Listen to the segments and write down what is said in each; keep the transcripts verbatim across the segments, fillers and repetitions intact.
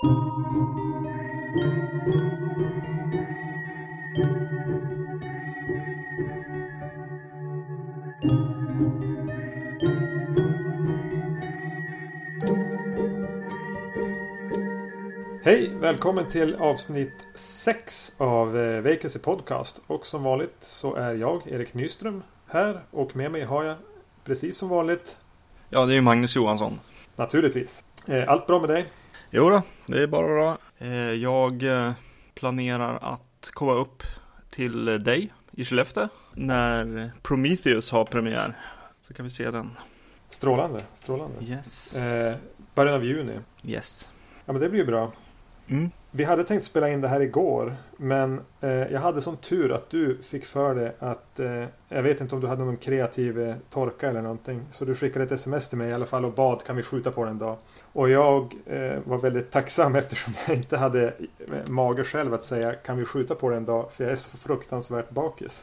Hej, välkommen till avsnitt sex av Vacancy Podcast. Och som vanligt så är jag, Erik Nyström, här. Och med mig har jag, precis som vanligt... Ja, det är ju Magnus Johansson. Naturligtvis. Allt bra med dig? Jo då, det är bara bra. Jag planerar att komma upp till dig i Skellefteå när Prometheus har premiär. Så kan vi se den. Strålande, strålande. Yes. Eh, början av juni. Yes. Ja, men det blir ju bra. Mm. Vi hade tänkt spela in det här igår, men eh, jag hade sån tur att du fick för dig att eh, jag vet inte om du hade någon kreativ eh, torka eller någonting, så du skickade ett sms till mig i alla fall och bad, kan vi skjuta på den dag? Och jag eh, var väldigt tacksam eftersom jag inte hade eh, mage själv att säga, kan vi skjuta på den dag? För jag är så fruktansvärt bakis.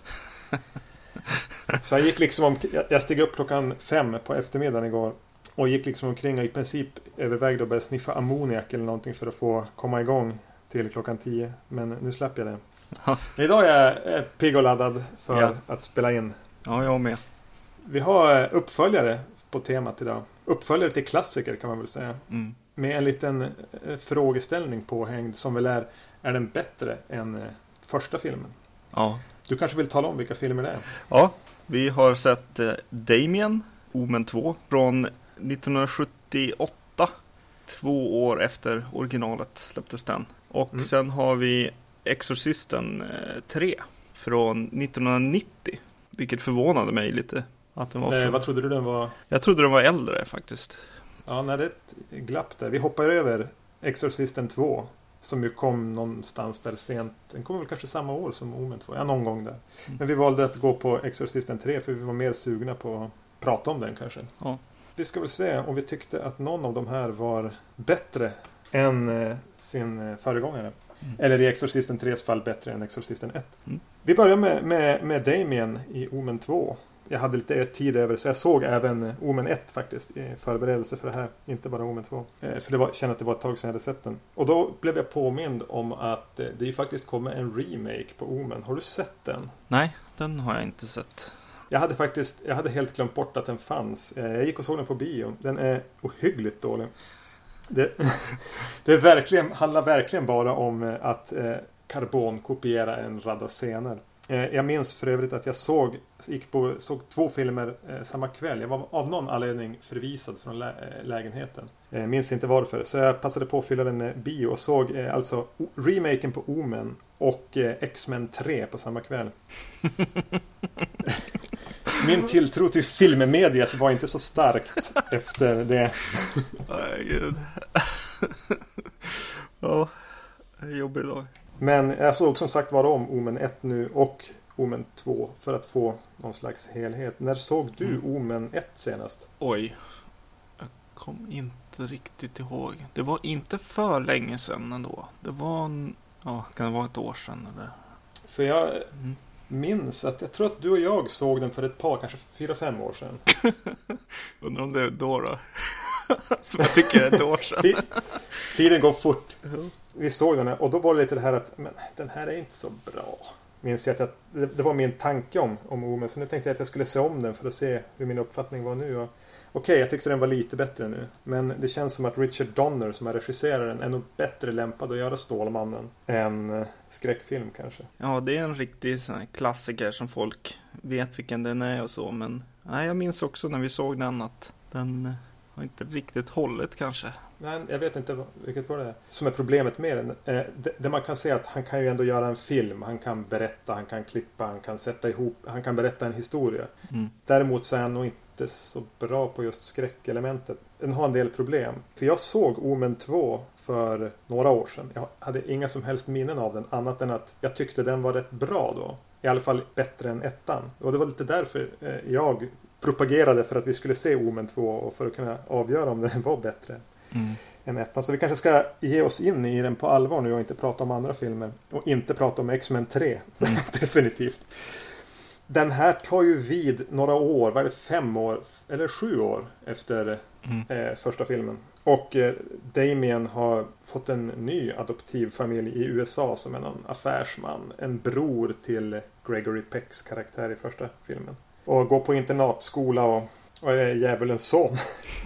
Så jag gick liksom om, jag steg upp klockan fem på eftermiddagen igår och gick liksom omkring och i princip övervägde att börja sniffa ammoniak eller någonting för att få komma igång till klockan tio. Men nu släpper jag det. Men idag är jag pigg och laddad för ja. att spela in. Ja, jag med. Vi har uppföljare på temat idag. Uppföljare till klassiker kan man väl säga. Mm. Med en liten frågeställning påhängd som väl är, är den bättre än första filmen? Ja. Du kanske vill tala om vilka filmer det är? Ja, vi har sett eh, Damien, Omen två, från nittonhundrasjuttioåtta. Två år efter originalet släpptes den. Och mm. sen har vi Exorcisten eh, tre från nittonhundranittio. Vilket förvånade mig lite. Att den var eh, från... Vad trodde du den var? Jag trodde den var äldre faktiskt. Ja, nej, det är ett glapp där. Vi hoppar över Exorcisten två. Som ju kom någonstans där sent. Den kom väl kanske samma år som Omen två. Ja, någon gång där. Mm. Men vi valde att gå på Exorcisten tre för vi var mer sugna på att prata om den kanske. Ja. Vi ska väl se om vi tyckte att någon av de här var bättre än eh, sin eh, föregångare. Mm. Eller i Exorcisten tres fall bättre än Exorcisten ett. Mm. Vi börjar med, med, med Damien i Omen två. Jag hade lite tid över så jag såg även Omen ett faktiskt i förberedelse för det här. Inte bara Omen två. Eh, för det var, kände att det var ett tag sedan jag hade sett den. Och då blev jag påmind om att eh, det ju faktiskt kommer en remake på Omen. Har du sett den? Nej, den har jag inte sett. Jag hade faktiskt, jag hade helt glömt bort att den fanns. Jag gick och såg den på bio. Den är ohyggligt dålig. Det, det är verkligen, handlar verkligen bara om att eh, karbonkopiera en radda scener. Eh, jag minns för övrigt att jag såg, gick på, såg två filmer eh, samma kväll. Jag var av någon anledning förvisad från lä- lägenheten. Eh, minns inte varför. Så jag passade på att fylla den med bio och såg eh, alltså remaken på Omen och eh, X-Men tre på samma kväll. Min tilltro till filmmediet var inte så starkt efter det. Nej, gud. Ja, det är jobbigt då. Men jag såg som sagt vara om Omen ett nu och Omen två för att få någon slags helhet. När såg du mm. Omen ett senast? Oj, jag kom inte riktigt ihåg. Det var inte för länge sedan ändå. Det var en, ja, kan det vara ett år sedan eller? För jag... Mm. minns att jag tror att du och jag såg den för ett par, kanske fyra, fem år sedan. Undrar om det är då då. Som jag tycker är ett år sedan. T- tiden går fort. Uh-huh. Vi såg den här, och då var det lite det här att men, den här är inte så bra. Minns jag att jag, det, det var min tanke om, om Omen. Så nu tänkte jag att jag skulle se om den för att se hur min uppfattning var nu. Och, okej, jag tyckte den var lite bättre nu. Men det känns som att Richard Donner som är regisseraren är nog bättre lämpad att göra Stålmannen än uh, skräckfilm kanske. Ja, det är en riktig sån här klassiker som folk vet vilken den är och så. Men nej, jag minns också när vi såg den att den har inte riktigt hållit kanske. Nej, jag vet inte vilket var det som är problemet med den. Eh, det, det man kan säga att han kan ju ändå göra en film. Han kan berätta, han kan klippa, han kan sätta ihop, han kan berätta en historia. Mm. Däremot så är han nog inte så bra på just skräckelementet. Den har en del problem. För jag såg Omen två för några år sedan. Jag hade inga som helst minnen av den. Annat än att jag tyckte den var rätt bra då. I alla fall bättre än ettan. Och det var lite därför eh, jag propagerade för att vi skulle se Omen två. Och för att kunna avgöra om den var bättre mm. än ettan. Så vi kanske ska ge oss in i den på allvar nu och inte prata om andra filmer. Och inte prata om X-Men tre. Mm. Definitivt. den här tar ju vid några år, vad är det, fem år eller sju år efter mm. eh, första filmen. Och eh, Damien har fått en ny adoptivfamilj i U S A som är någon affärsman. En bror till Gregory Pecks karaktär i första filmen. Och går på internatskola och, och är djävulens son.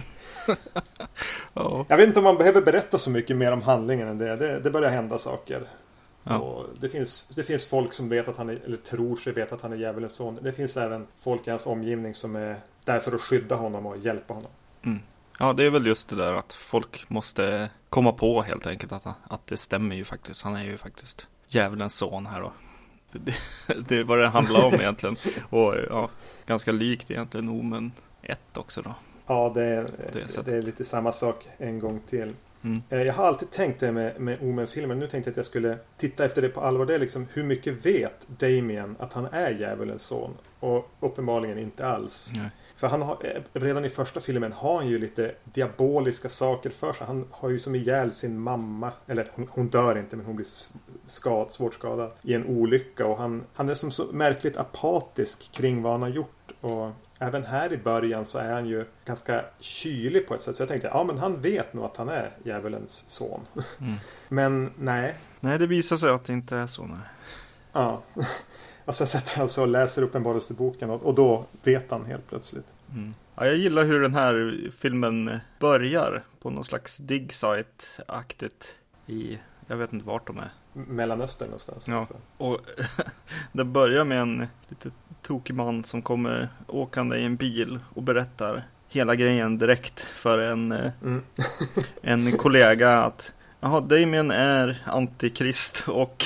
oh. Jag vet inte om man behöver berätta så mycket mer om handlingen än det. Det, det börjar hända saker. Ja. Och det, finns, det finns folk som vet att han är, eller tror sig veta att han är djävulens son. Det finns även folk i hans omgivning som är där för att skydda honom och hjälpa honom. Mm. Ja, det är väl just det där att folk måste komma på helt enkelt att, att det stämmer ju faktiskt. Han är ju faktiskt djävulens son här då. Det, det är vad det handlar om egentligen. Och ja, ganska likt egentligen Omen ett också då. Ja, det är, det, det är lite samma sak en gång till. Mm. Jag har alltid tänkt det med, med Omen-filmen. Nu tänkte jag att jag skulle titta efter det på allvar. Det är liksom, hur mycket vet Damien att han är djävulens son? Och uppenbarligen inte alls. Nej. För han har, redan i första filmen har han ju lite diaboliska saker för sig. Han har ju som ihjäl sin mamma. Eller hon, hon dör inte, men hon blir skad, svårt skadad i en olycka. Och han, han är som så märkligt apatisk kring vad han har gjort. Och även här i början så är han ju ganska kylig på ett sätt. Så jag tänkte, ja men han vet nog att han är djävulens son. Mm. Men nej. Nej, det visar sig att det inte är så, nej. Ja. Och sen sätter han så och läser uppenbarelseboken och, och då vet han helt plötsligt. Mm. Ja, jag gillar hur den här filmen börjar på någon slags dig site-aktigt i, jag vet inte vart de är. Mellanöstern någonstans. Ja, och det börjar med en lite tokig man som kommer åkande i en bil och berättar hela grejen direkt för en, mm. en kollega att jaha, Damien är antikrist och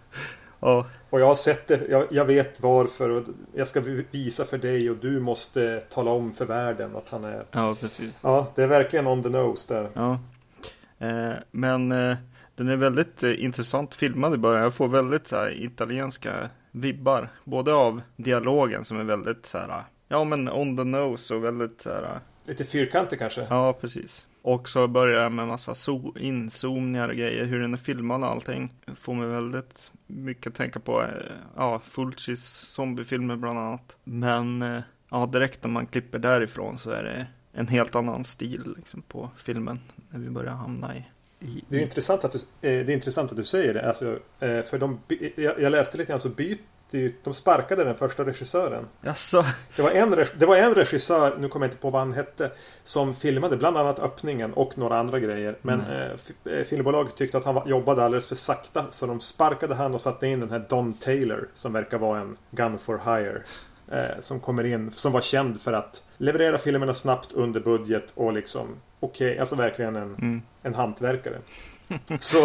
ja. Och jag har sett det, jag, jag vet varför och jag ska visa för dig och du måste tala om för världen att han är. Ja, precis. Ja, det är verkligen on the nose där. Ja, eh, men eh, den är väldigt eh, intressant filmad i början. Jag får väldigt så här, italienska vibbar. Både av dialogen som är väldigt så här, ja men on the nose och väldigt så här. Lite fyrkantig kanske. Ja, precis. Och så börjar jag med massa so- inzoomningar och grejer. Hur den är filmad och allting. Får mig väldigt mycket att tänka på. Ja, Fulcis zombiefilmer bland annat. Men ja, direkt när man klipper därifrån så är det en helt annan stil liksom, på filmen. När vi börjar hamna i... i det, är intressant att du, det är intressant att du säger det. Alltså, för de, jag läste lite grann så byter de sparkade den första regissören. Jaså. Det var en det var en regissör, nu kommer jag inte på vad han hette, som filmade bland annat öppningen och några andra grejer. Men mm. eh, filmbolaget tyckte att han var, jobbade alldeles för sakta, så de sparkade han och satte in den här Don Taylor som verkar vara en gun for hire. Eh, som kommer in, som var känd för att leverera filmerna snabbt under budget och liksom okej, okay, alltså verkligen en, mm. en hantverkare. Så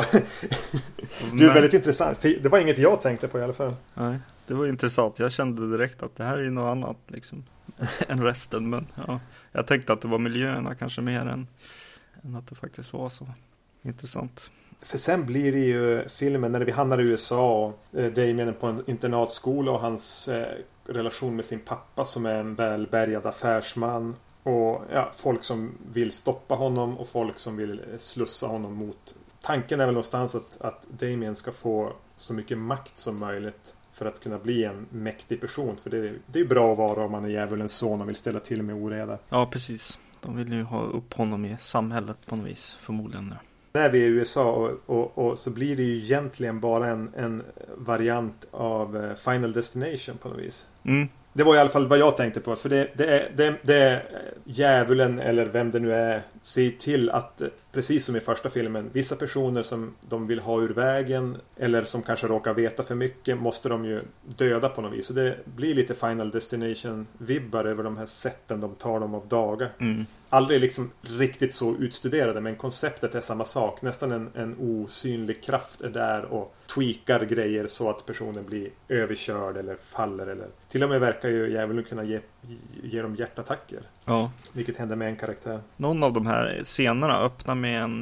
det är väldigt intressant. Det var inget jag tänkte på i alla fall. Nej, det var intressant. Jag kände direkt att det här är något annat liksom, än resten. Men ja, jag tänkte att det var miljöerna kanske mer än, än att det faktiskt var så intressant. För sen blir det ju filmen när vi hamnar i U S A och eh, Damien är på en internatskola och hans eh, relation med sin pappa som är en välbärgad affärsman. Och ja, folk som vill stoppa honom och folk som vill slussa honom mot. Tanken är väl någonstans att, att Damien ska få så mycket makt som möjligt för att kunna bli en mäktig person. För det, det är bra att vara om man är djävulens son och vill ställa till med oreda. Ja, precis. De vill ju ha upp honom i samhället på något vis, förmodligen. När vi är i U S A och, och, och så blir det ju egentligen bara en, en variant av Final Destination på något vis. Mm. Det var i alla fall vad jag tänkte på. För det, det, är, det, det är djävulen eller vem det nu är ser till att, precis som i första filmen, vissa personer som de vill ha ur vägen eller som kanske råkar veta för mycket måste de ju döda på något vis. Så det blir lite Final Destination-vibbar över de här sätten de tar dem av dagar. Mm. Aldrig liksom riktigt så utstuderade, men konceptet är samma sak. Nästan en, en osynlig kraft är där och tweakar grejer så att personen blir överkörd eller faller. Eller till och med verkar ju djävulen kunna ge, ge dem hjärtattacker. Ja. Vilket händer med en karaktär. Någon av de här scenerna öppnar med en,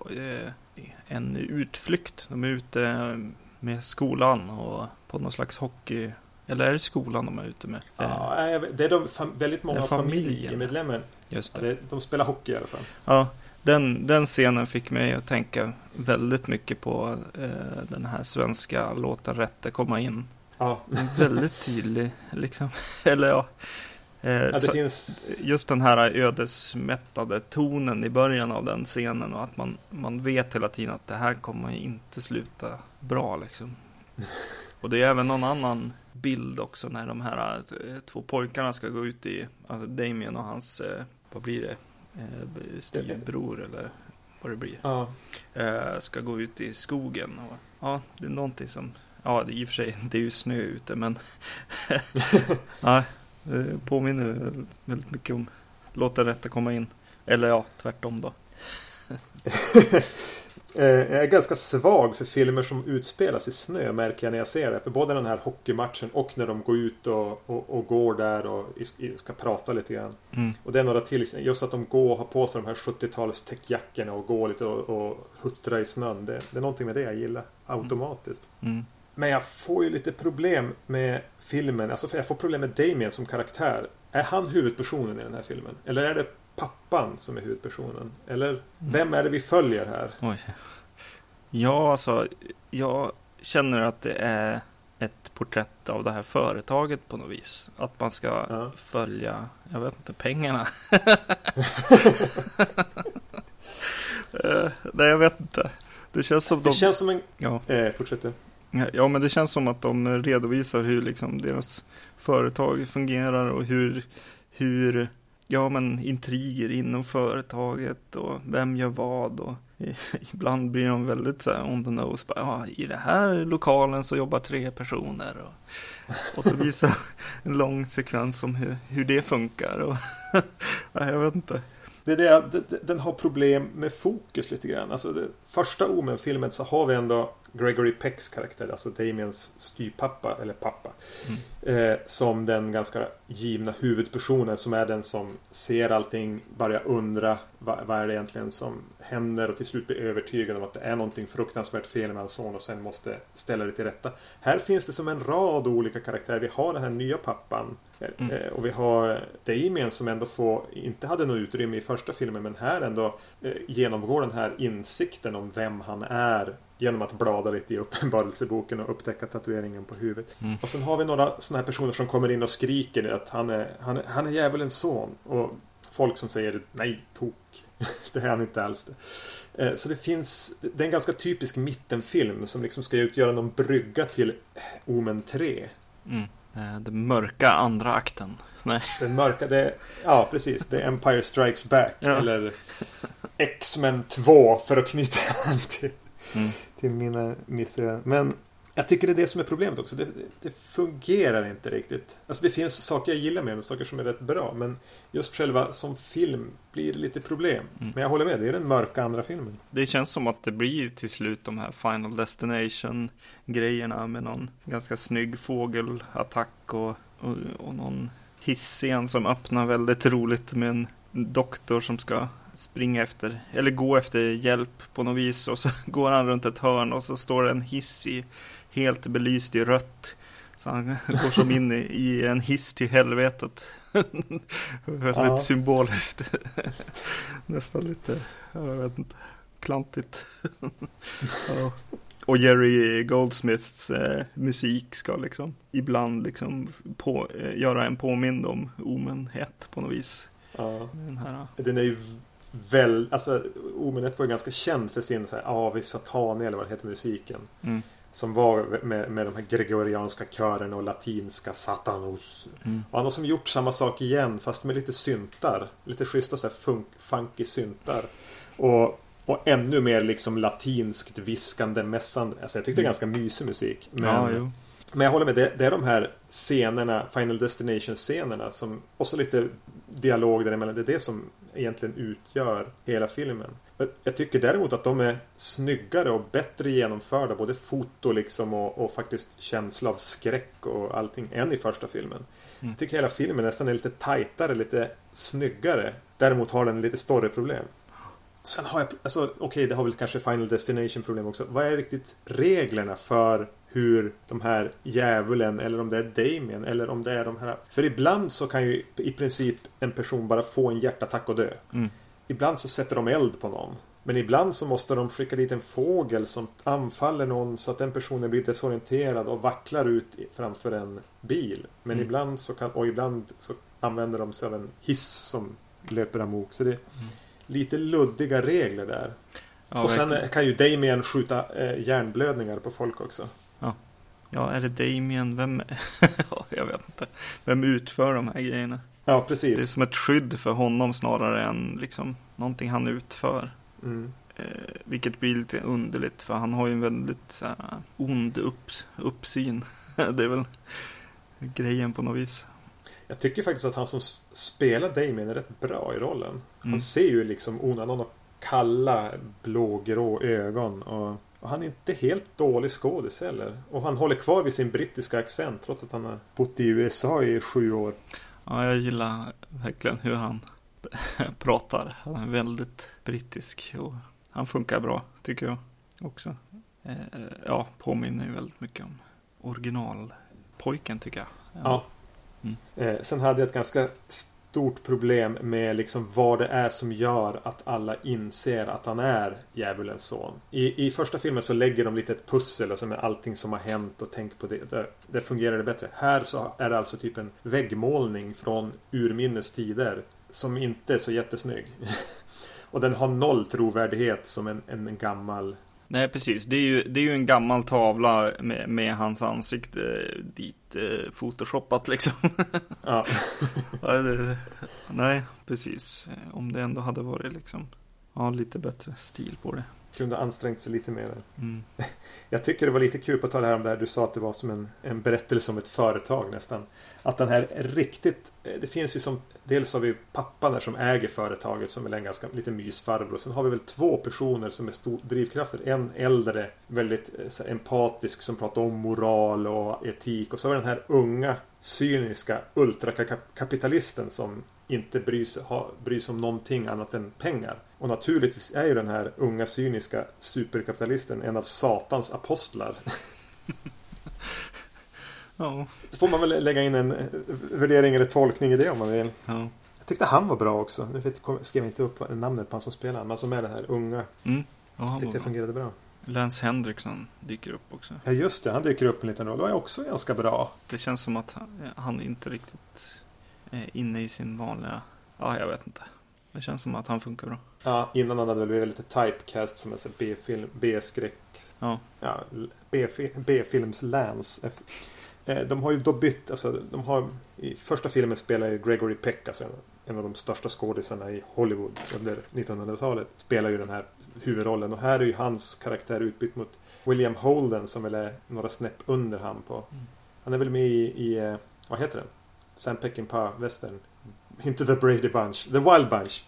en utflykt. De är ute med skolan och på någon slags hockey. Eller är det skolan de är ute med? Ja, det är de fam- väldigt många familjemedlemmar. Just det. det. De spelar hockey i alla fall. Ja, den, den scenen fick mig att tänka väldigt mycket på eh, den här svenska låten Rätte komma in. Ja. Väldigt tydlig liksom. Eller ja. Eh, ja det så, finns... Just den här ödesmättade tonen i början av den scenen. Och att man, man vet hela tiden att det här kommer inte sluta bra liksom. Och det är även någon annan bild också när de här eh, två pojkarna ska gå ut i, alltså Damien och hans, eh, vad blir det? Eh, styvbror eller vad det blir. Ja. Eh, ska gå ut i skogen. Och, ja, det är någonting som, ja det är i och för sig, det är ju snö ute men ja, det påminner väldigt mycket om Låt den rätta komma in. Eller ja, tvärtom då. Jag är ganska svag för filmer som utspelas i snö, märker jag när jag ser det. För både den här hockeymatchen och när de går ut och, och, och går där och ska prata lite grann. Mm. Och det är några till, just att de går och har på sig de här sjuttio-tals täckjackorna och går lite och, och huttra i snön. Det, det är någonting med det jag gillar automatiskt. Mm. Men jag får ju lite problem med filmen. Alltså för jag får problem med Damien som karaktär. Är han huvudpersonen i den här filmen? Eller är det pappan som är huvudpersonen? Eller vem är det vi följer här? Oj. Ja, alltså jag känner att det är ett porträtt av det här företaget på något vis. Att man ska ja. följa, jag vet inte, pengarna. uh, nej, jag vet inte. Det känns som de... Det känns som en... Ja, eh, fortsätter. Ja, men det känns som att de redovisar hur liksom deras företag fungerar och hur, hur ja, men intriger inom företaget och vem gör vad och ibland blir de väldigt så här on the nose. Bara, ja, i det här lokalen så jobbar tre personer och, och så visar en lång sekvens om hur, hur det funkar och ja, jag vet inte. Det är det, det, den har problem med fokus lite grann. Alltså det, första Omen-filmen så har vi ändå Gregory Pecks karaktär, alltså Damiens styvpappa eller pappa, mm. eh, som den ganska givna huvudpersonen som är den som ser allting, börjar undra vad, vad är det egentligen som händer och till slut blir övertygad om att det är någonting fruktansvärt fel med hans son och sen måste ställa det till rätta. Här finns det som en rad olika karaktärer. Vi har den här nya pappan mm. eh, och vi har Damien som ändå får, inte hade något utrymme i första filmen, men här ändå eh, genomgår den här insikten om vem han är genom att blada lite i uppenbarelseboken och upptäcka tatueringen på huvudet. Mm. Och sen har vi några såna här personer som kommer in och skriker att han är, han är, han är djävulens son. Och folk som säger nej, tok. Det är han inte alls det. Så det finns, det är en ganska typisk mittenfilm som liksom ska utgöra någon brygga till Omen tre. Mm. Den mörka andra akten. Nej. Den mörka, det är, ja precis, det är Empire Strikes Back. Ja. Eller X-Men två för att knyta an till Mm. till mina missar. Men jag tycker det är det som är problemet också. Det, det fungerar inte riktigt. Alltså det finns saker jag gillar med och saker som är rätt bra. Men just själva som film blir det lite problem. Mm. Men jag håller med, det är den mörka andra filmen. Det känns som att det blir till slut de här Final Destination-grejerna med någon ganska snygg fågelattack och, och, och någon hissscen som öppnar väldigt roligt med en doktor som ska springa efter, eller gå efter hjälp på något vis, och så går han runt ett hörn och så står en hiss i, helt belyst i rött, så han går som in i, i en hiss till helvetet. Väldigt ja. Symboliskt. Nästan lite, jag vet inte, klantigt. Ja. Och Jerry Goldsmiths eh, musik ska liksom ibland liksom på, eh, göra en påmind om Omen ett på något vis. Ja. Den här. Den är ju väl, alltså Omen ett var ganska känd för sin så här Ave Satani eller vad det heter, musiken. Mm. Som var med, med de här gregorianska körerna och latinska Satanus. Mm. Och han har som gjort samma sak igen fast med lite syntar, lite schyssta så här funk, funky syntar. Och Och ännu mer liksom latinskt viskande mässande. Alltså jag tyckte det är ganska mysig musik. Men, ja, jo. men jag håller med, det, det är de här scenerna, Final Destination-scenerna som, och så lite dialog däremellan. Det är det som egentligen utgör hela filmen. Jag tycker däremot att de är snyggare och bättre genomförda. Både foto liksom och, och faktiskt känsla av skräck och allting än i första filmen. Mm. Jag tycker hela filmen nästan är lite tajtare, lite snyggare. Däremot har den lite större problem. Sen har jag, alltså okej, okay, det har väl kanske Final Destination problem också. Vad är riktigt reglerna för hur de här djävulen, eller om det är Damien, eller om det är de här... För ibland så kan ju i princip en person bara få en hjärtattack och dö. Mm. Ibland så sätter de eld på någon. Men ibland så måste de skicka dit en fågel som anfaller någon så att den personen blir desorienterad och vacklar ut framför en bil. Men mm. ibland så kan, och ibland så använder de sig av en hiss som löper amok. Så det är mm. lite luddiga regler där. Ja, och sen verkligen. Kan ju Damien skjuta eh, hjärnblödningar på folk också. Ja, ja är det Damien? Vem? Jag vet inte. Vem utför de här grejerna? Ja, precis. Det är som ett skydd för honom snarare än liksom någonting han utför. Mm. Eh, vilket blir lite underligt för han har ju en väldigt så här, ond upp, uppsyn. Det är väl grejen på något vis. Jag tycker faktiskt att han som spelar Damien är rätt bra i rollen. Han mm. ser ju liksom onanon och kalla blågrå ögon och, och han är inte helt dålig skådis heller. Och han håller kvar vid sin brittiska accent trots att han har bott i U S A i sju år. Ja, jag gillar verkligen hur han pratar. Han är väldigt brittisk och han funkar bra tycker jag också. Eh, ja, påminner ju väldigt mycket om originalpojken tycker jag. Ja. ja. Mm. Eh, sen hade jag ett ganska stort problem med liksom vad det är som gör att alla inser att han är djävulens son. I, i första filmen så lägger de lite ett pussel alltså med allting som har hänt och tänk på det. Det, det fungerar det bättre. Här så är det alltså typ en väggmålning från urminnes tider som inte är så jättesnygg. Och den har noll trovärdighet som en, en gammal... Nej, precis. Det är ju, det är ju en gammal tavla med, med hans ansikte dit eh, photoshoppat liksom. Ja. Ja det, nej, precis. Om det ändå hade varit liksom ja, lite bättre stil på det. Kunde ansträngt sig lite mer. Mm. Jag tycker det var lite kul på att ta det här om det här. Du sa att det var som en, en berättelse om ett företag nästan. Att den här riktigt... Det finns ju som... Dels har vi pappan där som äger företaget som är en ganska lite mysfarbror. Sen har vi väl två personer som är stor drivkrafter. En äldre, väldigt så, empatisk som pratar om moral och etik. Och så har vi den här unga, cyniska ultrakapitalisten som inte bryr sig, ha, bryr sig om någonting annat än pengar. Och naturligtvis är ju den här unga, cyniska superkapitalisten en av satans apostlar. Ja. Så får man väl lägga in en värdering eller tolkning i det om man vill. Ja. Jag tyckte han var bra också. Nu vet, skrev jag inte upp namnet på han som spelar. Men som är den här unga. Mm. Ja, han tyckte det fungerade bra. Lance Henriksen dyker upp också. Ja just det, han dyker upp en liten roll. Och är också ganska bra. Det känns som att han, han inte riktigt är inne i sin vanliga... Ja, jag vet inte. Det känns som att han funkar bra. Ja, innan han hade väl blivit lite typecast som en B-film, B-skräck. Ja. Ja, B-films Lance. De har ju då bytt, alltså de har i första filmen spelar ju Gregory Peck, alltså en av de största skådisarna i Hollywood under nittonhundratalet, spelar ju den här huvudrollen och här är ju hans karaktär utbytt mot William Holden som väl är några snäpp under han på. Mm. Han är väl med i, i vad heter den? Sam Peckinpah western. Inte The Brady Bunch, The Wild Bunch.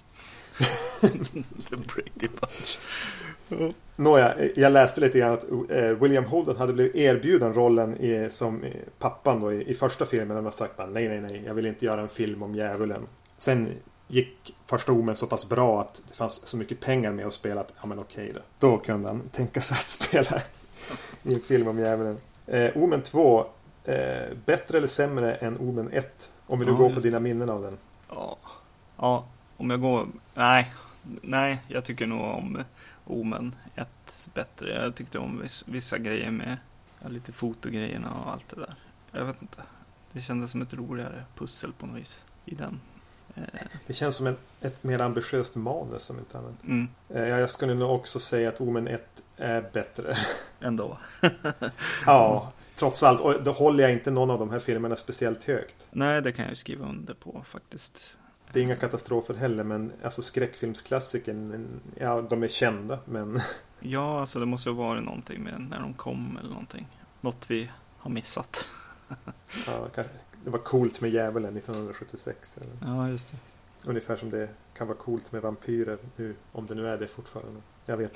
The Brady Bunch. Mm. Nåja, jag läste lite grann att William Holden hade blivit erbjuden rollen i, som pappan då i, i första filmen. Han har sagt att nej, nej, nej, jag vill inte göra en film om djävulen. Sen gick första Omen så pass bra att det fanns så mycket pengar med att spela att, ja men okej då. Då kunde han tänka sig att spela i en film om djävulen. Eh, Omen två, eh, bättre eller sämre än Omen ett? Om vi nu ja, går på dina minnen av den. Ja, ja om jag går... Nej, nej, jag tycker nog om... Omen ett bättre. Jag tyckte om viss, vissa grejer med ja, lite fotogrejerna och allt det där. Jag vet inte. Det kändes som ett roligare pussel på något vis i den. Eh. Det känns som en, ett mer ambitiöst manus som inte annat. Mm. Eh, jag skulle nog också säga att Omen ett är bättre. Ändå. Ja, trots allt. Och då håller jag inte någon av de här filmerna speciellt högt. Nej, det kan jag ju skriva under på faktiskt. Det är inga katastrofer heller, men alltså skräckfilmsklassiken, ja, de är kända, men... Ja, alltså det måste ju vara någonting med när de kom eller någonting. Något vi har missat. Ja, det var coolt med djävulen nittonhundrasjuttiosex. Eller? Ja, just det. Ungefär som det kan vara coolt med vampyrer nu, om det nu är det fortfarande. Jag vet.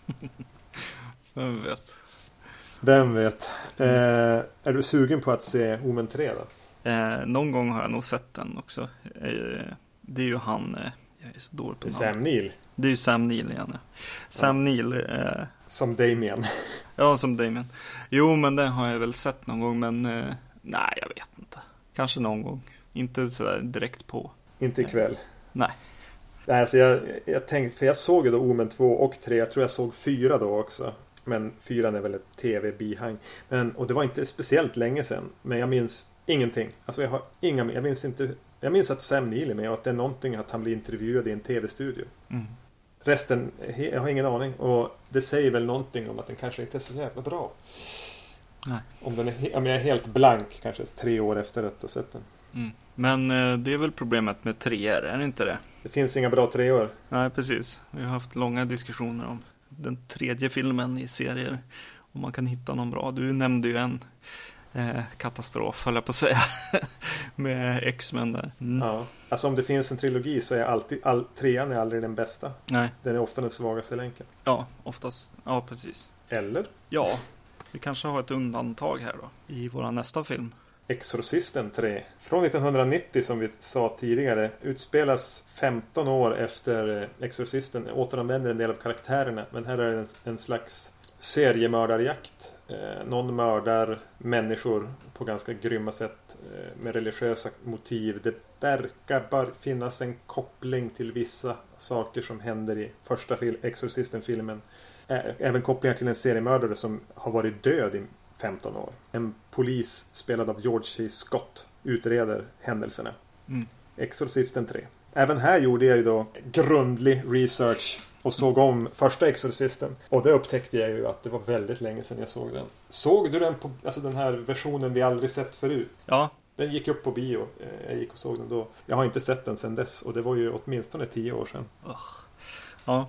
Vem vet? Vem vet? Eh, är du sugen på att se Omen tre då? Eh, någon gång har jag nog sett den också. Eh, det är ju han, eh, jag är så dålig på namn. Sam Neill. Det är ju Sam Neill igen. Ja. Sam ja. Neill. Eh, som Damien. Ja, som Damien. Jo, men den har jag väl sett någon gång, men eh, nej, jag vet inte. Kanske någon gång. Inte sådär direkt på. Inte ikväll. Eh, nej. Nej, alltså jag, jag tänkte, för jag såg ju då Omen två och tre. Jag tror jag såg fyra då också. Men fyran är väl ett tv-bihang. Men, och det var inte speciellt länge sedan. Men jag minns ingenting. Alltså jag har inga, jag minns inte. Jag minns att Sam Neill är med och att det är någonting att han blir intervjuad i en tv-studio. Mm. Resten, jag har ingen aning. Och det säger väl någonting om att den kanske inte är så jävla bra. Nej. Om, den är, om jag är helt blank kanske tre år efter att ha sett den. Mm. Men eh, det är väl problemet med treor, är det inte det? Det finns inga bra treor. Nej, precis. Vi har haft långa diskussioner om den tredje filmen i serier. Om man kan hitta någon bra. Du nämnde ju en eh, katastrof, höll jag på att säga. Med X-Men där. Mm. Ja. Alltså om det finns en trilogi så är alltid, all, trean är aldrig den bästa. Nej. Den är ofta den svagaste länken. Ja, oftast. Ja, precis. Eller? Ja, vi kanske har ett undantag här då. I vår nästa film. Exorcisten tre. Från nittonhundranittio som vi sa tidigare utspelas femton år efter Exorcisten. Återanvänder en del av karaktärerna. Men här är det en, en slags seriemördarjakt. Eh, någon mördar människor på ganska grymma sätt eh, med religiösa motiv. Det verkar bara finnas en koppling till vissa saker som händer i första fil- Exorcisten-filmen. Även kopplingar till en seriemördare som har varit död i femton år. En polis spelad av George C. Scott utreder händelserna. Mm. Exorcisten tre. Även här gjorde jag ju då grundlig research och såg om första Exorcisten. Och det upptäckte jag ju att det var väldigt länge sedan jag såg den. Såg du den på, alltså den här versionen vi aldrig sett förut? Ja. Den gick upp på bio. Jag gick och såg den då. Jag har inte sett den sedan dess och det var ju åtminstone tio år sedan. Oh. Ja.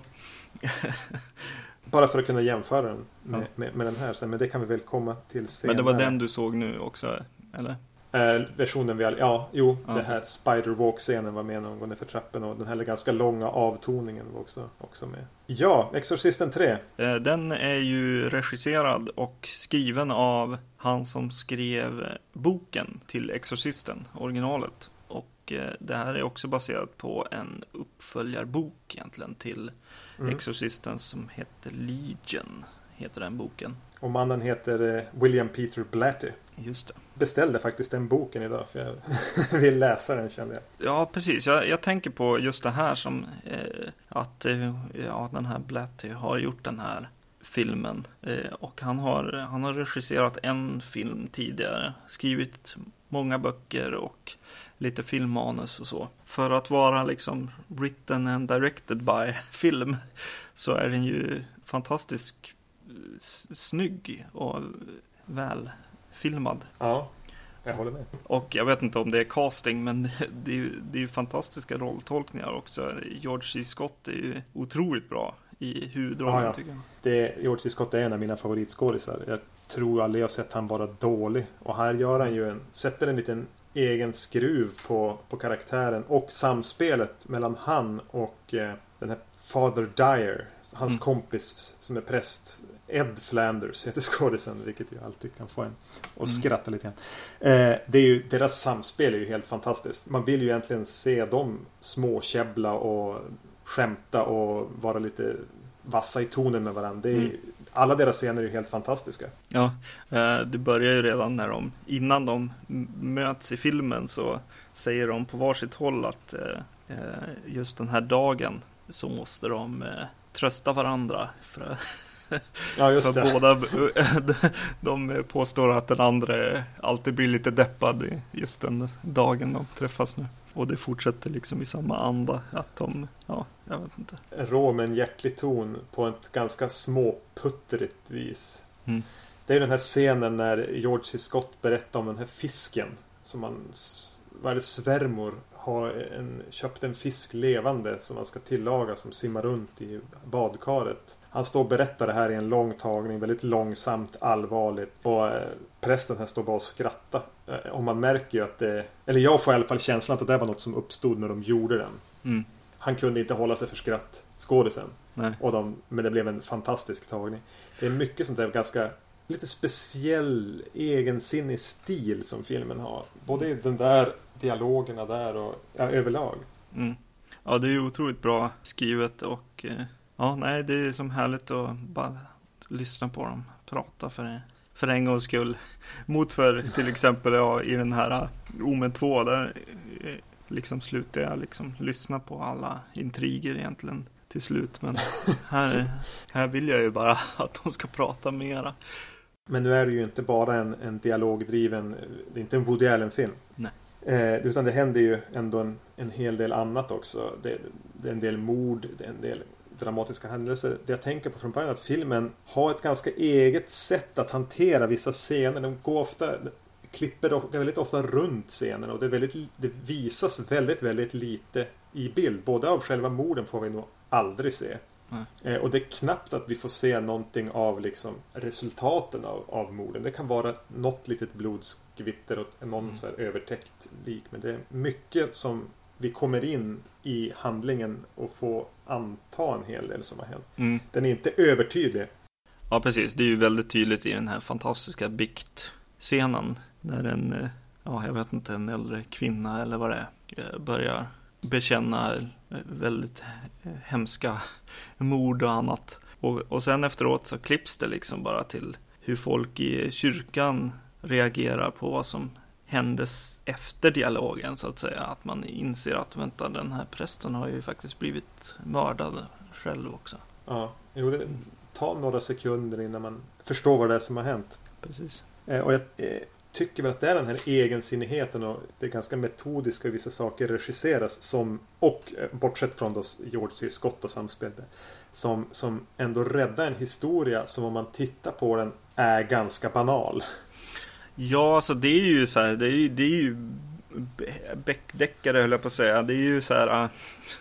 Bara för att kunna jämföra den med, ja. med, med den här sen. Men det kan vi väl komma till senare. Men det var den du såg nu också, eller? Eh, versionen vi all... Ja, jo. Ja. Det här Spider-Walk-scenen var med någon gång ner för trappen. Och den här ganska långa avtoningen var också, också med. Ja, Exorcisten tre. Eh, den är ju regisserad och skriven av han som skrev boken till Exorcisten, originalet. Och eh, det här är också baserat på en uppföljarbok egentligen till Mm. Exorcisten som heter Legion, heter den boken. Och mannen heter eh, William Peter Blatty. Just det. Beställde faktiskt den boken idag för jag vill läsa den, kände jag. Ja, precis. Jag, jag tänker på just det här som eh, att eh, ja, den här Blatty har gjort den här filmen. Eh, och han har, han har regisserat en film tidigare, skrivit många böcker och lite filmmanus och så. För att vara liksom written and directed by film så är den ju fantastiskt snygg och väl filmad. Ja, jag håller med. Och jag vet inte om det är casting, men det är ju, det är ju fantastiska rolltolkningar också. George C. Scott är ju otroligt bra i huvudrollen, ja, ja. tycker jag. Det, George C. Scott är en av mina favoritskådisar. Jag tror aldrig jag sett han vara dålig. Och här gör han ju en, sätter en liten egen skruv på, på karaktären och samspelet mellan han och eh, den här Father Dyer, hans mm. kompis som är präst. Ed Flanders heter skådisen, vilket ju alltid kan få en och mm. skratta lite grann. Eh, det är ju, deras samspel är ju helt fantastiskt. Man vill ju egentligen se dem småkäbbla och skämta och vara lite vassa i tonen med varandra. Det är, mm. Alla deras scener är ju helt fantastiska. Ja, det börjar ju redan när de, innan de möts i filmen så säger de på varsitt håll att just den här dagen så måste de trösta varandra för, ja, just för det. båda de påstår att den andra alltid blir lite deppad just den dagen de träffas nu. Och det fortsätter liksom i samma anda att de, ja, jag vet inte. Rå med en hjärtlig ton på ett ganska småputtrigt vis. Mm. Det är den här scenen när George C. Scott berättar om den här fisken som man, vad är det, svärmor har en, köpt en fisk levande som man ska tillaga som simmar runt i badkaret. Han står och berättar det här i en lång tagning, väldigt långsamt, allvarligt. Och eh, prästen här står bara och skrattar. Eh, och man märker ju att det, eller jag får i alla fall känslan att det var något som uppstod när de gjorde den. Mm. Han kunde inte hålla sig för skratt, skådisen. Nej. Och de, men det blev en fantastisk tagning. Det är mycket sånt där ganska lite speciell, egensinnig stil som filmen har. Både den där dialogerna där och ja, överlag. Mm. Ja, det är ju otroligt bra skrivet och eh, ja, nej, det är som härligt att bara lyssna på dem prata för, för en gångs skull. Mot för till exempel ja, i den här Omen två där liksom slutade jag liksom lyssna på alla intriger egentligen till slut. Men här, här vill jag ju bara att de ska prata mera. Men nu är det ju inte bara en, en dialogdriven, det är inte en Woody Allen-film. Nej. Eh, utan det händer ju ändå en, en hel del annat också. Det, det är en del mord, det är en del dramatiska händelser. Det jag tänker på från början är att filmen har ett ganska eget sätt att hantera vissa scener. De går ofta, klipper väldigt ofta runt scenerna och det, är väldigt, det visas väldigt, väldigt lite i bild. Både av själva morden får vi nog aldrig se. Mm. Eh, och det är knappt att vi får se någonting av liksom resultaten av, av morden. Det kan vara något litet blodskvitter och någon mm. så här övertäckt lik. Men det är mycket som vi kommer in i handlingen och får anta en hel del som har hänt. Mm. Den är inte övertydlig. Ja, precis. Det är ju väldigt tydligt i den här fantastiska biktscenen. När en, ja, jag vet inte, en äldre kvinna eller vad det är, börjar bekänna väldigt hemska mord och annat. Och, och sen efteråt så klipps det liksom bara till hur folk i kyrkan reagerar på vad som händes efter dialogen, så att säga. Att man inser att vänta, den här prästen har ju faktiskt blivit mördad själv också. Ja, jo, det tar några sekunder innan man förstår vad det är som har hänt. Precis. Eh, och jag eh, tycker väl att det är den här egensinnigheten och det är ganska metodiska hur vissa saker regisseras som, och eh, bortsett från då George C. Scott och samspelet, som, som ändå räddar en historia som om man tittar på den är ganska banal. Ja, alltså det är ju så här, det är ju, det är ju Beck-deckare höll jag på att säga. Det är ju så här äh,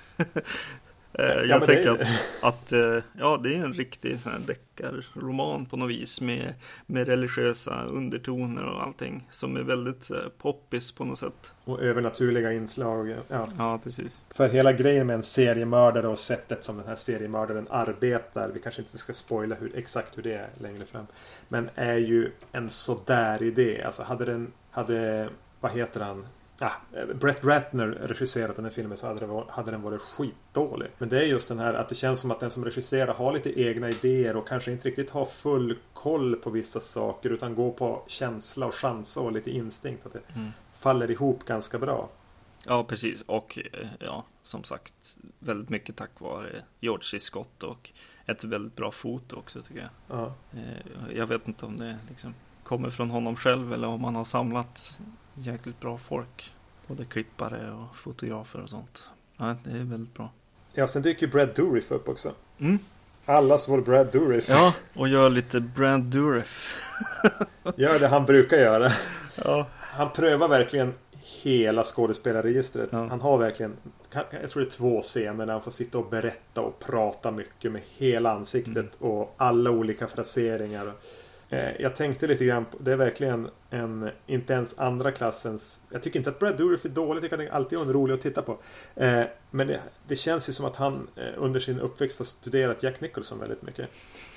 jag ja, tänker är... att, att ja, det är en riktig sån här deckarroman på något vis med, med religiösa undertoner och allting som är väldigt uh, poppis på något sätt. Och övernaturliga inslag. Ja. Ja, precis. För hela grejen med en seriemördare och sättet som den här seriemördaren arbetar, vi kanske inte ska spoila hur, exakt hur det är längre fram, men är ju en sådär idé. Alltså hade den, hade, vad heter han? Ah, Brett Ratner regisserat den här filmen så hade, det varit, hade den varit skitdålig. Men det är just den här att det känns som att den som regisserar har lite egna idéer och kanske inte riktigt har full koll på vissa saker utan går på känsla och chansa och lite instinkt. Att det mm. faller ihop ganska bra. Ja, precis. Och ja, som sagt, väldigt mycket tack vare George C. Scott och ett väldigt bra foto också tycker jag. Ja. Jag vet inte om det liksom kommer från honom själv eller om han har samlat jäkligt bra folk. Både klippare och fotografer och sånt. Ja, det är väldigt bra. Ja, sen dyker ju Brad Dourif upp också. Mm. Allas vår Brad Dourif. Ja, och gör lite Brad Dourif. Gör det han brukar göra. Ja. Han prövar verkligen hela skådespelarregistret. Ja. Han har verkligen, jag tror det är två scener där han får sitta och berätta och prata mycket med hela ansiktet mm. och alla olika fraseringar. Jag tänkte lite grann på, det är verkligen en, inte ens andra klassens, jag tycker inte att Brad Dourif är dålig, jag tycker att det alltid är rolig att titta på. Eh, men det, det känns ju som att han eh, under sin uppväxt har studerat Jack Nicholson väldigt mycket.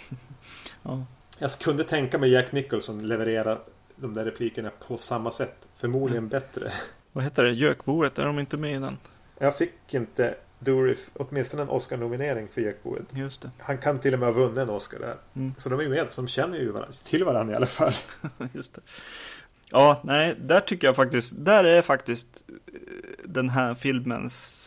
Ja. Jag kunde tänka mig Jack Nicholson leverera de där replikerna på samma sätt, förmodligen mm. bättre. Vad heter det? Gökboet, är de inte med i den? Jag fick inte Dourif åtminstone en Oscar-nominering för Gökboet. Just det. Han kan till och med ha vunnit en Oscar där. Mm. Så de är ju med, de känner ju varandra, till varandra i alla fall. Just det. Ja, nej, där tycker jag faktiskt, där är faktiskt den här filmens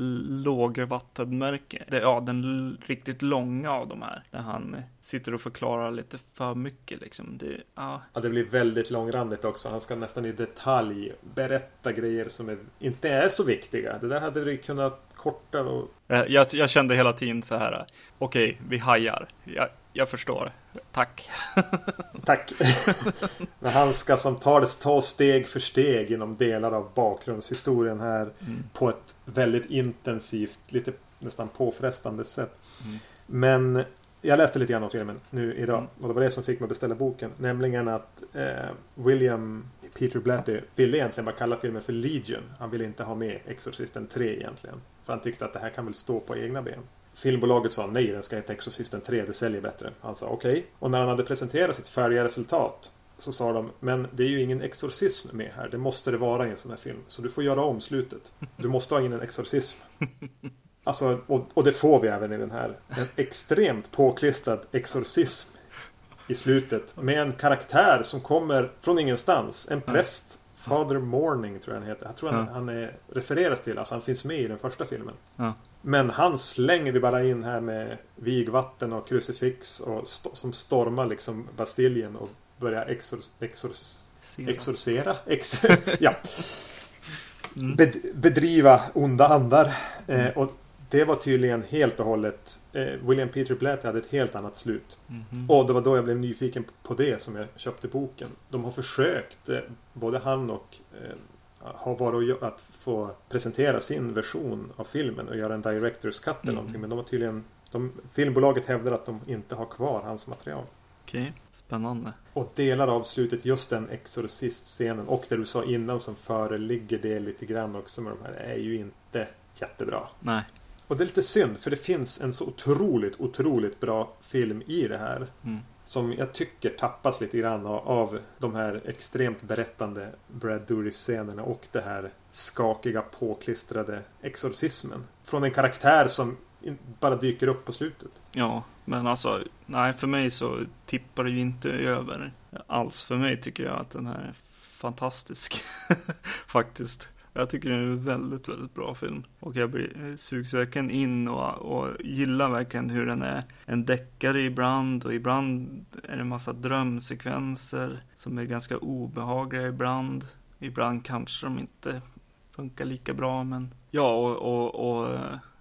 lågvattenmärke. Det, ja, den l- riktigt långa av de här. Där han sitter och förklarar lite för mycket liksom. Det, ja. Ja, det blir väldigt långrandigt också. Han ska nästan i detalj berätta grejer som är, inte är så viktiga. Det där hade vi kunnat korta och... Jag, jag kände hela tiden så här. Okej, okay, vi hajar. Jag, jag förstår. Tack. Tack. Men han ska som tar det ta steg för steg genom delar av bakgrundshistorien här mm. på ett väldigt intensivt, lite nästan påfrestande sätt. Mm. Men jag läste lite grann om filmen nu idag mm. och det var det som fick mig att beställa boken. Nämligen att eh, William Peter Blatty ville egentligen bara kalla filmen för Legion. Han ville inte ha med Exorcisten tre egentligen. För han tyckte att det här kan väl stå på egna ben. Filmbolaget sa nej, den ska heta Exorcisten tre, det säljer bättre. Han sa okej. Okay. Och när han hade presenterat sitt färdiga resultat så sa de, men det är ju ingen exorcism med här. Det måste det vara i en sån här film. Så du får göra om slutet. Du måste ha in en exorcism. Alltså, och, och det får vi även i den här. En extremt påklistrad exorcism i slutet. Med en karaktär som kommer från ingenstans. En präst Father Morning tror jag han heter. Jag tror han, ja. han är, refereras till, alltså han finns med i den första filmen. Ja. Men han slänger vi bara in här med vigvatten och krucifix och st- som stormar liksom Bastiljen och börjar exor, exor, exorcera ex, ja. mm. Bed, bedriva onda andar. Mm. Eh, och det var tydligen helt och hållet eh, William Peter Blatty hade ett helt annat slut. Mm-hmm. Och det var då jag blev nyfiken på det som jag köpte boken. De har försökt, eh, både han och eh, har varit att få presentera sin version av filmen och göra en director's cut eller mm. någonting. Men de har tydligen, de, filmbolaget hävdar att de inte har kvar hans material. Okej, okay. Spännande. Och delar av slutet, just den exorcist-scenen och det du sa innan som föreligger det lite grann också med de här, är ju inte jättebra. Nej. Och det är lite synd, för det finns en så otroligt, otroligt bra film i det här. Mm. Som jag tycker tappas lite grann av, av de här extremt berättande Brad Dourif-scenerna och det här skakiga, påklistrade exorcismen. Från en karaktär som bara dyker upp på slutet. Ja, men alltså, nej, för mig så tippar det ju inte över alls. För mig tycker jag att den här är fantastisk. Faktiskt. Jag tycker det är en väldigt, väldigt bra film. Och jag blir, sugs verkligen in och, och gillar verkligen hur den är en deckare ibland. Och ibland är det en massa drömsekvenser som är ganska obehagliga ibland. Ibland kanske de inte funkar lika bra. Men ja, och, och, och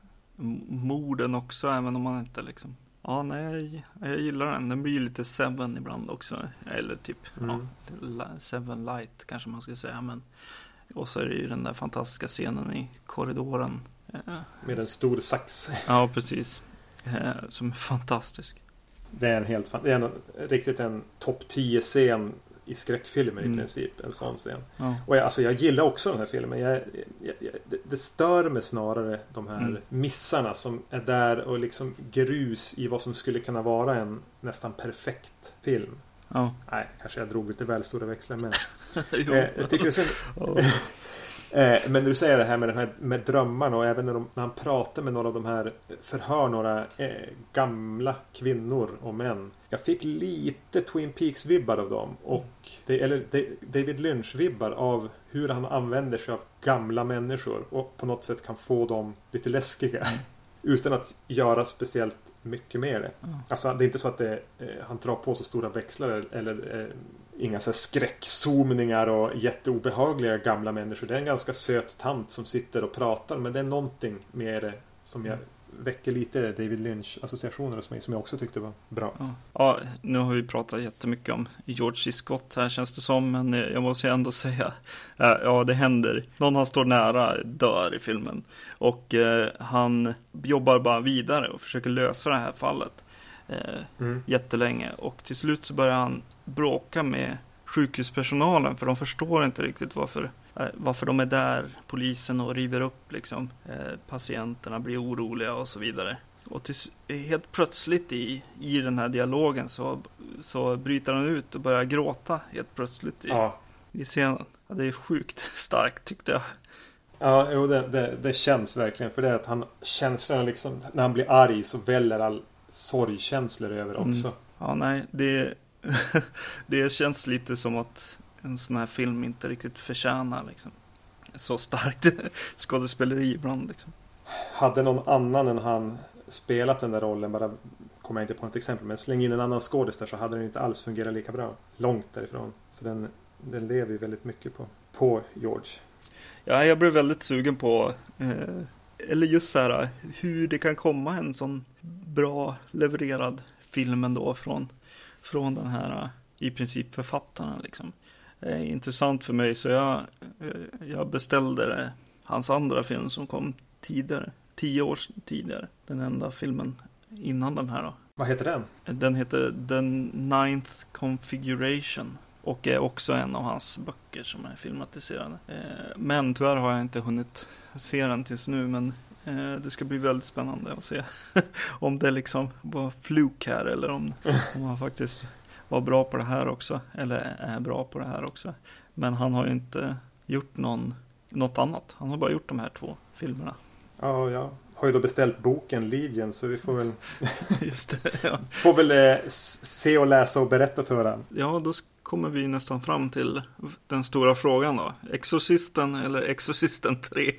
morden också, även om man inte liksom... Ja, nej, jag gillar den. Den blir lite Seven ibland också. Eller typ, mm. ja, Seven Light kanske man ska säga, men... Och så är det ju den där fantastiska scenen i korridoren. Med en stor sax. Ja, precis. Som är fantastisk. Det är en helt fan- det är en, riktigt en topp tio scen i skräckfilmer mm. i princip. En sån scen. Ja. Och jag, alltså, jag gillar också den här filmen. Jag, jag, jag, det, det stör mig snarare de här mm. missarna som är där och liksom grus i vad som skulle kunna vara en nästan perfekt film. Ja. Nej, kanske jag drog lite väl stora växlar med. eh, jag tycker det är synd. Oh. eh, men du säger det här med, den här med drömmarna och även när, de, när han pratar med några av de här, förhör några eh, gamla kvinnor och män. Jag fick lite Twin Peaks-vibbar av dem och det, eller det, David Lynch-vibbar av hur han använder sig av gamla människor och på något sätt kan få dem lite läskiga mm. utan att göra speciellt mycket mer det. Mm. Alltså det är inte så att det, eh, han drar på så stora växlar eller eh, inga så här skräckzoomningar och jätteobehagliga gamla människor. Det är en ganska söt tant som sitter och pratar, men det är någonting med det som jag väcker lite David Lynch-associationer hos mig som jag också tyckte var bra. Ja. ja, nu har vi pratat jättemycket om George C. Scott här känns det som, men jag måste ändå säga ja, det händer. Någon han står nära dör i filmen och eh, han jobbar bara vidare och försöker lösa det här fallet eh, mm. jättelänge och till slut så börjar han bråka med sjukhuspersonalen för de förstår inte riktigt varför varför de är där, polisen, och river upp liksom, eh, patienterna blir oroliga och så vidare. Och till, helt plötsligt i, i den här dialogen så, så bryter han ut och börjar gråta helt plötsligt i, ja. i scenen. Ja, det är sjukt starkt tyckte jag. Ja, jo, det, det, det känns verkligen, för det är att han känslorna liksom, när han blir arg så väller all sorgkänslor över också. Mm. Ja, nej, det, det känns lite som att en sån här film inte riktigt förtjänar liksom så starkt skådespeleri ibland liksom. Hade någon annan än han spelat den där rollen, bara kommer jag inte på ett exempel, men släng in en annan skådis där så hade den inte alls fungerat lika bra. Långt därifrån. Så den, den lever ju väldigt mycket på, på George. Ja, jag blev väldigt sugen på eh, eller just så här hur det kan komma en sån bra levererad film ändå från, från den här i princip författarna liksom. Är intressant för mig, så jag, jag beställde hans andra film som kom tidigare, tio år tidigare, den enda filmen innan den här då. Vad heter den? Den heter The Ninth Configuration och är också en av hans böcker som är filmatiserade. Men tyvärr har jag inte hunnit se den tills nu, men det ska bli väldigt spännande att se om det liksom var fluk här eller om, om han faktiskt var bra på det här också, eller är bra på det här också. Men han har ju inte gjort någon, något annat. Han har bara gjort de här två filmerna. Ja, jag har ju då beställt boken Legion, så vi får väl Just det, ja. får väl eh, se och läsa och berätta för han. Ja, då kommer vi nästan fram till den stora frågan då. Exorcisten eller Exorcisten tre?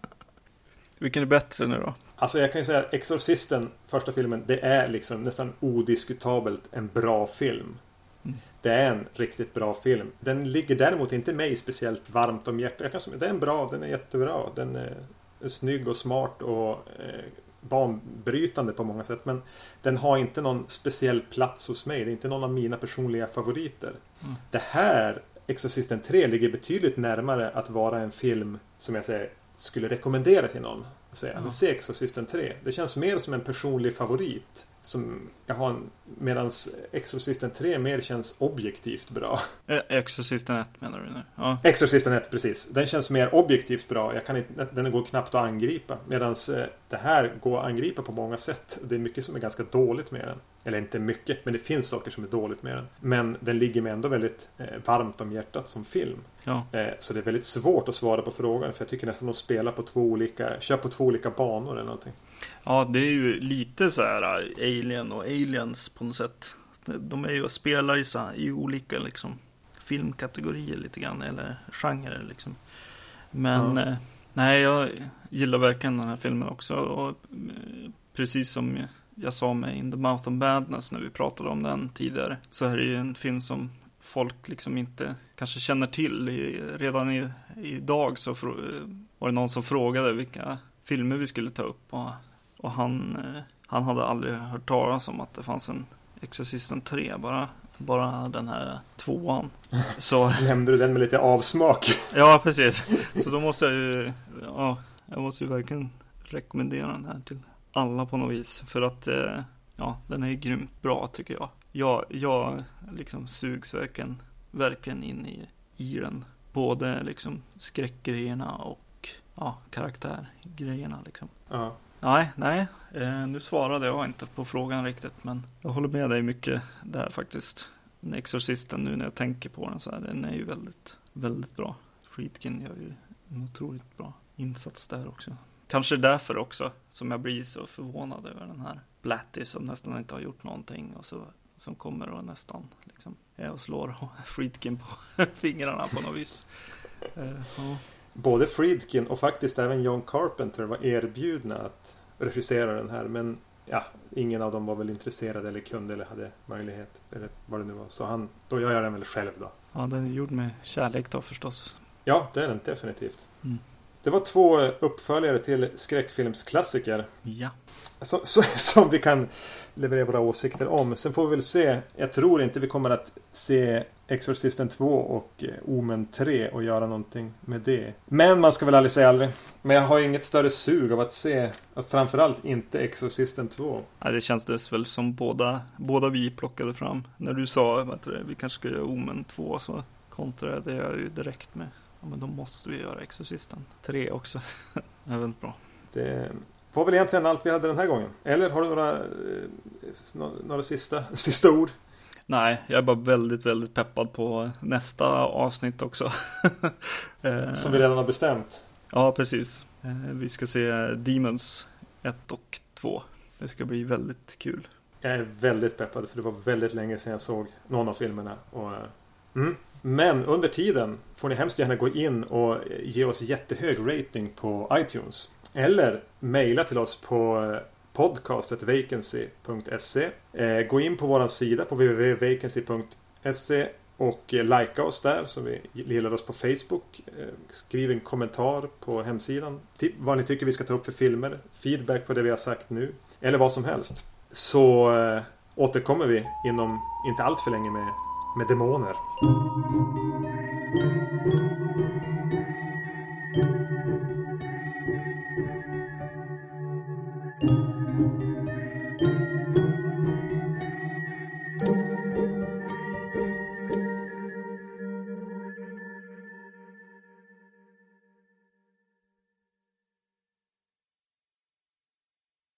Vilken är bättre nu då? Alltså jag kan ju säga att Exorcisten, första filmen, det är liksom nästan odiskutabelt en bra film. Mm. Det är en riktigt bra film. Den ligger däremot inte mig speciellt varmt om hjärtat. Jag kan säga, den är bra, den är jättebra. Den är, är snygg och smart och eh, banbrytande på många sätt. Men den har inte någon speciell plats hos mig. Det är inte någon av mina personliga favoriter. Mm. Det här, Exorcisten tre, ligger betydligt närmare att vara en film som jag säger skulle rekommendera till någon. Säga, mm. Se Exorcisten tre. Det känns mer som en personlig favorit. Som jag har en, medans Exorcisten tre mer känns objektivt bra. Exorcisten ett menar du nu? Ja. Exorcisten ett, precis. Den känns mer objektivt bra. Jag kan inte, den går knappt att angripa. Medans det här går att angripa på många sätt. Det är mycket som är ganska dåligt med den. Eller inte mycket, men det finns saker som är dåligt med den. Men den ligger mig ändå väldigt eh, varmt om hjärtat som film. Ja. Eh, så det är väldigt svårt att svara på frågan. För jag tycker nästan att de spelar på två olika, kör på två olika banor eller någonting. Ja, det är ju lite så här Alien och Aliens på något sätt. De är ju att spela i, så här, i olika liksom, filmkategorier lite grann. Eller genrer liksom. Men ja. eh, nej, jag gillar verkligen den här filmen också. Och eh, precis som jag sa med In the Mouth of Madness när vi pratade om den tidigare, så är det ju en film som folk liksom inte kanske känner till. I, redan i, idag så var det någon som frågade vilka filmer vi skulle ta upp, och, och han, han hade aldrig hört talas om att det fanns en Exorcisten tre, bara, bara den här tvåan. Så nämnde du den med lite avsmak? Ja, precis. Så då måste jag ju, ja, jag måste ju verkligen rekommendera den här till alla på något vis. För att eh, ja, den är grymt bra tycker jag. Jag, jag liksom sugs verkligen, verkligen in i, i den. Både liksom skräckgrejerna och ja, karaktärgrejerna liksom. Ja. Nej, nej. Eh, nu svarade jag inte på frågan riktigt. Men jag håller med dig mycket där faktiskt. Den Exorcisten, nu när jag tänker på den så här, den är ju väldigt, väldigt bra. Friedkin gör ju en otroligt bra insats där också. Kanske därför också som jag blir så förvånad över den här Blatty som nästan inte har gjort någonting och så, som kommer och nästan liksom är och slår Friedkin på fingrarna på något vis. Uh, ja. Både Friedkin och faktiskt även John Carpenter var erbjudna att regissera den här, men ja, ingen av dem var väl intresserad eller kunde eller hade möjlighet eller vad det nu var. Så han, då gör jag den väl själv då. Ja, den är gjord med kärlek då förstås. Ja, det är den definitivt. Mm. Det var två uppföljare till skräckfilmsklassiker. Ja. Så, så, som vi kan leverera våra åsikter om. Sen får vi väl se. Jag tror inte vi kommer att se Exorcisten två och Omen tre och göra någonting med det. Men man ska väl aldrig säga aldrig. Men jag har inget större sug av att se, att framförallt inte Exorcisten två. Ja, det känns det väl som båda, båda vi plockade fram. När du sa att vi kanske ska göra Omen två så kontrade jag ju direkt med. Ja, men då måste vi göra Exorcisten tre också. Det är väldigt bra. Det var väl egentligen allt vi hade den här gången. Eller har du några, några sista, sista ord? Nej, jag är bara väldigt, väldigt peppad på nästa avsnitt också. Som vi redan har bestämt. Ja, precis. Vi ska se Demons ett och två. Det ska bli väldigt kul. Jag är väldigt peppad för det var väldigt länge sedan jag såg någon av filmerna. Och, mm. Men under tiden får ni hemskt gärna gå in och ge oss jättehög rating på iTunes. Eller mejla till oss på podcast at vacancy punkt se. Eh, gå in på vår sida på w w w punkt vacancy punkt se och likea oss där så vi gillar oss på Facebook. Eh, skriv en kommentar på hemsidan. Tipp vad ni tycker vi ska ta upp för filmer. Feedback på det vi har sagt nu. Eller vad som helst. Så eh, återkommer vi inom inte allt för länge med, med demoner.